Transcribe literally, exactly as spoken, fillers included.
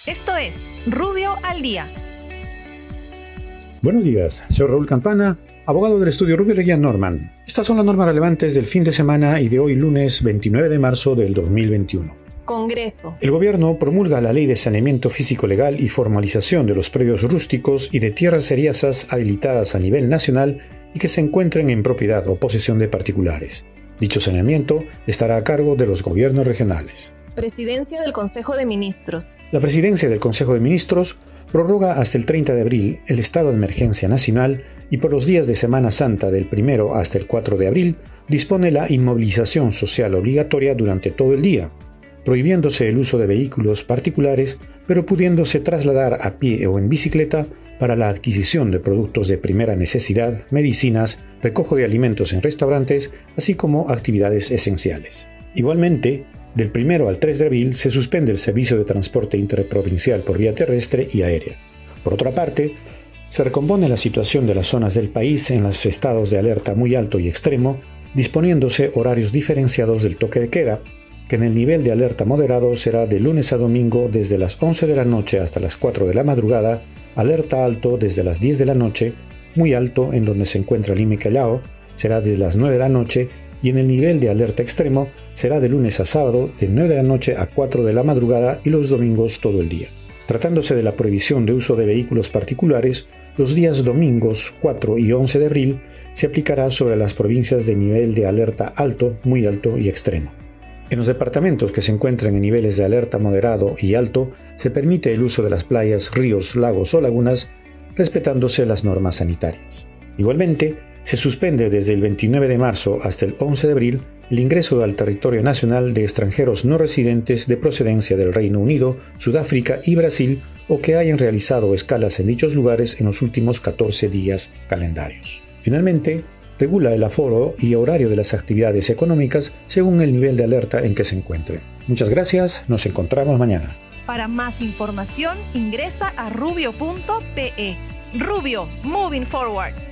Esto es Rubio al Día. Buenos días, soy Raúl Campana, abogado del estudio Rubio Leguía Norman. Estas son las normas relevantes del fin de semana y de hoy lunes veintinueve de marzo del dos mil veintiuno. Congreso. El gobierno promulga la Ley de Saneamiento Físico Legal y formalización de los predios rústicos y de tierras seriazas habilitadas a nivel nacional y que se encuentren en propiedad o posesión de particulares. Dicho saneamiento estará a cargo de los gobiernos regionales. Presidencia del Consejo de Ministros. La Presidencia del Consejo de Ministros prorroga hasta el treinta de abril el estado de emergencia nacional y por los días de Semana Santa del primero hasta el cuatro de abril dispone la inmovilización social obligatoria durante todo el día, prohibiéndose el uso de vehículos particulares, pero pudiéndose trasladar a pie o en bicicleta para la adquisición de productos de primera necesidad, medicinas, recojo de alimentos en restaurantes, así como actividades esenciales. Igualmente, del primero al tres de abril se suspende el servicio de transporte interprovincial por vía terrestre y aérea. Por otra parte, se recompone la situación de las zonas del país en los estados de alerta muy alto y extremo, disponiéndose horarios diferenciados del toque de queda, que en el nivel de alerta moderado será de lunes a domingo desde las once de la noche hasta las cuatro de la madrugada, alerta alto desde las diez de la noche, muy alto en donde se encuentra Lima y Callao, será desde las nueve de la noche, y en el nivel de alerta extremo será de lunes a sábado de nueve de la noche a cuatro de la madrugada y los domingos todo el día. Tratándose de la prohibición de uso de vehículos particulares, los días domingos cuatro y once de abril se aplicará sobre las provincias de nivel de alerta alto, muy alto y extremo. En los departamentos que se encuentran en niveles de alerta moderado y alto, se permite el uso de las playas, ríos, lagos o lagunas, respetándose las normas sanitarias. Igualmente, se suspende desde el veintinueve de marzo hasta el once de abril el ingreso al territorio nacional de extranjeros no residentes de procedencia del Reino Unido, Sudáfrica y Brasil o que hayan realizado escalas en dichos lugares en los últimos catorce días calendarios. Finalmente, regula el aforo y horario de las actividades económicas según el nivel de alerta en que se encuentren. Muchas gracias, nos encontramos mañana. Para más información ingresa a rubio punto pe. Rubio, moving forward.